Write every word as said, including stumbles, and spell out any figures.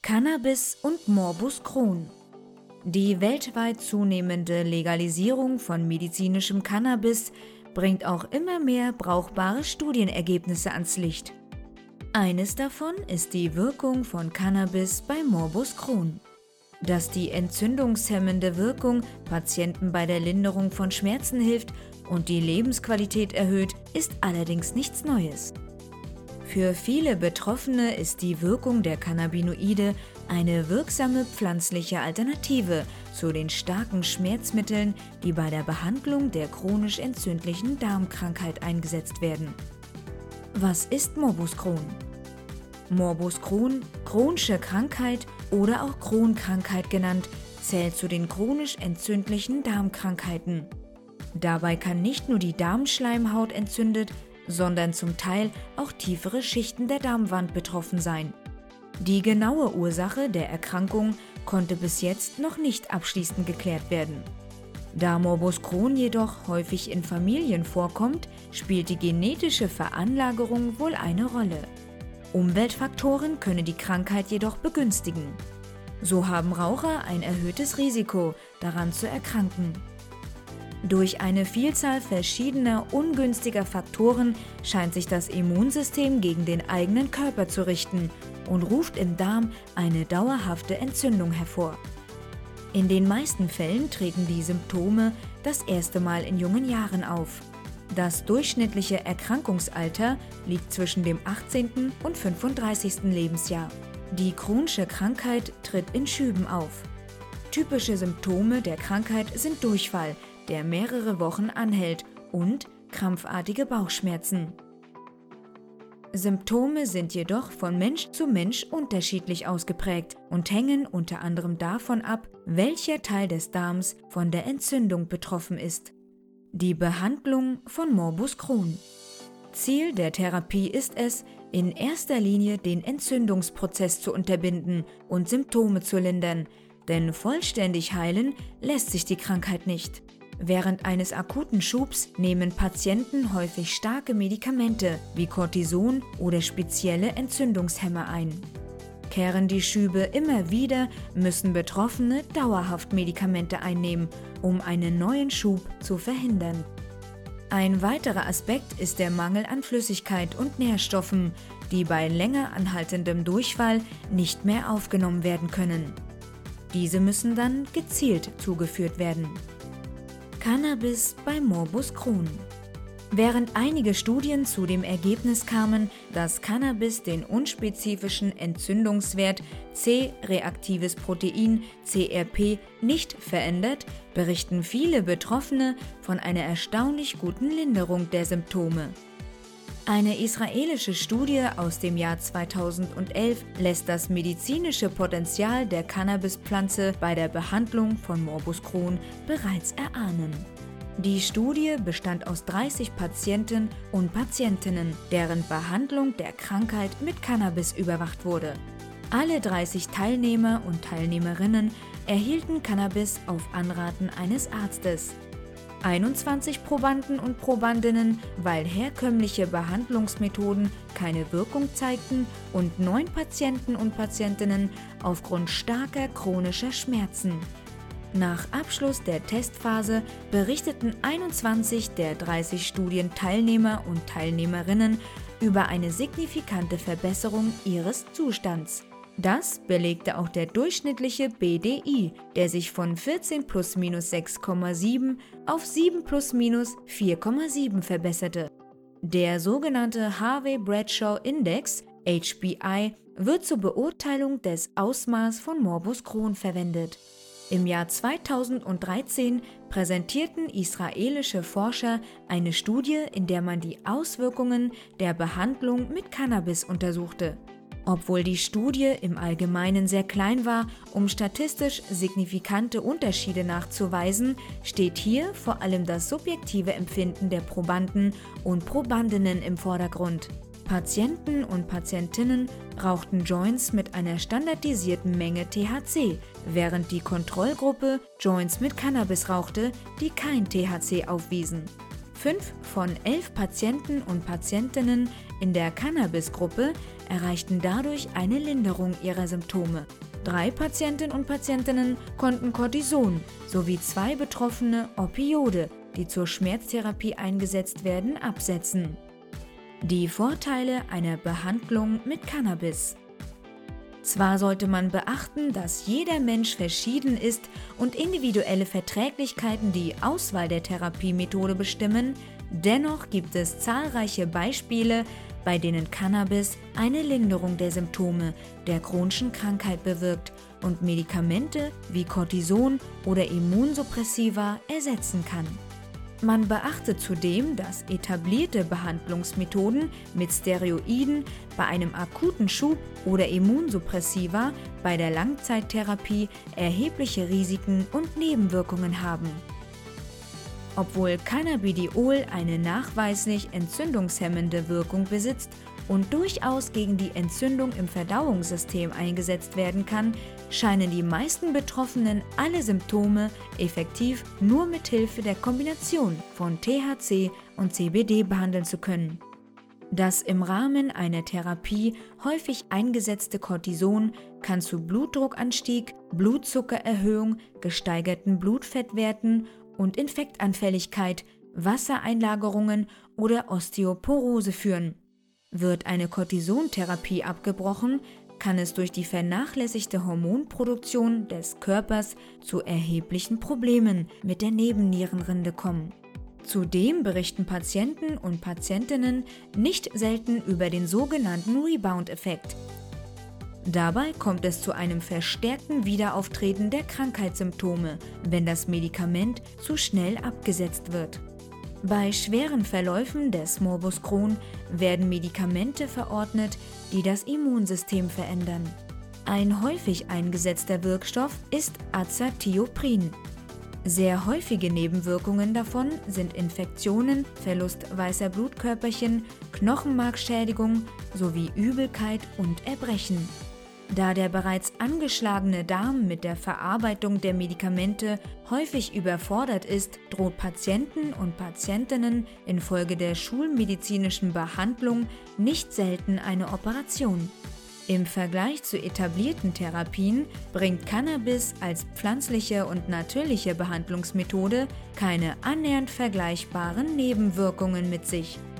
Cannabis und Morbus Crohn. Die weltweit zunehmende Legalisierung von medizinischem Cannabis bringt auch immer mehr brauchbare Studienergebnisse ans Licht. Eines davon ist die Wirkung von Cannabis bei Morbus Crohn. Dass die entzündungshemmende Wirkung Patienten bei der Linderung von Schmerzen hilft und die Lebensqualität erhöht, ist allerdings nichts Neues. Für viele Betroffene ist die Wirkung der Cannabinoide eine wirksame pflanzliche Alternative zu den starken Schmerzmitteln, die bei der Behandlung der chronisch entzündlichen Darmkrankheit eingesetzt werden. Was ist Morbus Crohn? Morbus Crohn, Crohnsche Krankheit oder auch Crohn-Krankheit genannt, zählt zu den chronisch entzündlichen Darmkrankheiten. Dabei kann nicht nur die Darmschleimhaut entzündet, sondern zum Teil auch tiefere Schichten der Darmwand betroffen sein. Die genaue Ursache der Erkrankung konnte bis jetzt noch nicht abschließend geklärt werden. Da Morbus Crohn jedoch häufig in Familien vorkommt, spielt die genetische Veranlagerung wohl eine Rolle. Umweltfaktoren können die Krankheit jedoch begünstigen. So haben Raucher ein erhöhtes Risiko, daran zu erkranken. Durch eine Vielzahl verschiedener ungünstiger Faktoren scheint sich das Immunsystem gegen den eigenen Körper zu richten und ruft im Darm eine dauerhafte Entzündung hervor. In den meisten Fällen treten die Symptome das erste Mal in jungen Jahren auf. Das durchschnittliche Erkrankungsalter liegt zwischen dem achtzehnten und fünfunddreißigsten Lebensjahr. Die Crohnsche Krankheit tritt in Schüben auf. Typische Symptome der Krankheit sind Durchfall, der mehrere Wochen anhält, und krampfartige Bauchschmerzen. Symptome sind jedoch von Mensch zu Mensch unterschiedlich ausgeprägt und hängen unter anderem davon ab, welcher Teil des Darms von der Entzündung betroffen ist. Die Behandlung von Morbus Crohn. Ziel der Therapie ist es, in erster Linie den Entzündungsprozess zu unterbinden und Symptome zu lindern, denn vollständig heilen lässt sich die Krankheit nicht. Während eines akuten Schubs nehmen Patienten häufig starke Medikamente wie Cortison oder spezielle Entzündungshemmer ein. Kehren die Schübe immer wieder, müssen Betroffene dauerhaft Medikamente einnehmen, um einen neuen Schub zu verhindern. Ein weiterer Aspekt ist der Mangel an Flüssigkeit und Nährstoffen, die bei länger anhaltendem Durchfall nicht mehr aufgenommen werden können. Diese müssen dann gezielt zugeführt werden. Cannabis bei Morbus Crohn. Während einige Studien zu dem Ergebnis kamen, dass Cannabis den unspezifischen Entzündungswert C-reaktives Protein C R P nicht verändert, berichten viele Betroffene von einer erstaunlich guten Linderung der Symptome. Eine israelische Studie aus dem Jahr zweitausendelf lässt das medizinische Potenzial der Cannabispflanze bei der Behandlung von Morbus Crohn bereits erahnen. Die Studie bestand aus dreißig Patienten und Patientinnen, deren Behandlung der Krankheit mit Cannabis überwacht wurde. Alle dreißig Teilnehmer und Teilnehmerinnen erhielten Cannabis auf Anraten eines Arztes. einundzwanzig Probanden und Probandinnen, weil herkömmliche Behandlungsmethoden keine Wirkung zeigten, und neun Patienten und Patientinnen aufgrund starker chronischer Schmerzen. Nach Abschluss der Testphase berichteten einundzwanzig der dreißig Studienteilnehmer und Teilnehmerinnen über eine signifikante Verbesserung ihres Zustands. Das belegte auch der durchschnittliche B D I, der sich von vierzehn plus minus sechs Komma sieben auf sieben plus minus vier Komma sieben verbesserte. Der sogenannte Harvey-Bradshaw-Index, H B I, wird zur Beurteilung des Ausmaßes von Morbus Crohn verwendet. Im Jahr zweitausenddreizehn präsentierten israelische Forscher eine Studie, in der man die Auswirkungen der Behandlung mit Cannabis untersuchte. Obwohl die Studie im Allgemeinen sehr klein war, um statistisch signifikante Unterschiede nachzuweisen, steht hier vor allem das subjektive Empfinden der Probanden und Probandinnen im Vordergrund. Patienten und Patientinnen rauchten Joints mit einer standardisierten Menge T H C, während die Kontrollgruppe Joints mit Cannabis rauchte, die kein T H C aufwiesen. Fünf von elf Patienten und Patientinnen in der Cannabis-Gruppe erreichten dadurch eine Linderung ihrer Symptome. Drei Patientinnen und Patientinnen konnten Cortison sowie zwei Betroffene Opioide, die zur Schmerztherapie eingesetzt werden, absetzen. Die Vorteile einer Behandlung mit Cannabis. Zwar sollte man beachten, dass jeder Mensch verschieden ist und individuelle Verträglichkeiten die Auswahl der Therapiemethode bestimmen, dennoch gibt es zahlreiche Beispiele, bei denen Cannabis eine Linderung der Symptome der chronischen Krankheit bewirkt und Medikamente wie Cortison oder Immunsuppressiva ersetzen kann. Man beachte zudem, dass etablierte Behandlungsmethoden mit Steroiden bei einem akuten Schub oder Immunsuppressiva bei der Langzeittherapie erhebliche Risiken und Nebenwirkungen haben. Obwohl Cannabidiol eine nachweislich entzündungshemmende Wirkung besitzt und durchaus gegen die Entzündung im Verdauungssystem eingesetzt werden kann, scheinen die meisten Betroffenen alle Symptome effektiv nur mit Hilfe der Kombination von T H C und C B D behandeln zu können. Das im Rahmen einer Therapie häufig eingesetzte Cortison kann zu Blutdruckanstieg, Blutzuckererhöhung, gesteigerten Blutfettwerten und Infektanfälligkeit, Wassereinlagerungen oder Osteoporose führen. Wird eine Cortisontherapie abgebrochen, kann es durch die vernachlässigte Hormonproduktion des Körpers zu erheblichen Problemen mit der Nebennierenrinde kommen. Zudem berichten Patienten und Patientinnen nicht selten über den sogenannten Rebound-Effekt. Dabei kommt es zu einem verstärkten Wiederauftreten der Krankheitssymptome, wenn das Medikament zu schnell abgesetzt wird. Bei schweren Verläufen des Morbus Crohn werden Medikamente verordnet, die das Immunsystem verändern. Ein häufig eingesetzter Wirkstoff ist Azathioprин. Sehr häufige Nebenwirkungen davon sind Infektionen, Verlust weißer Blutkörperchen, Knochenmarkschädigung sowie Übelkeit und Erbrechen. Da der bereits angeschlagene Darm mit der Verarbeitung der Medikamente häufig überfordert ist, droht Patienten und Patientinnen infolge der schulmedizinischen Behandlung nicht selten eine Operation. Im Vergleich zu etablierten Therapien bringt Cannabis als pflanzliche und natürliche Behandlungsmethode keine annähernd vergleichbaren Nebenwirkungen mit sich.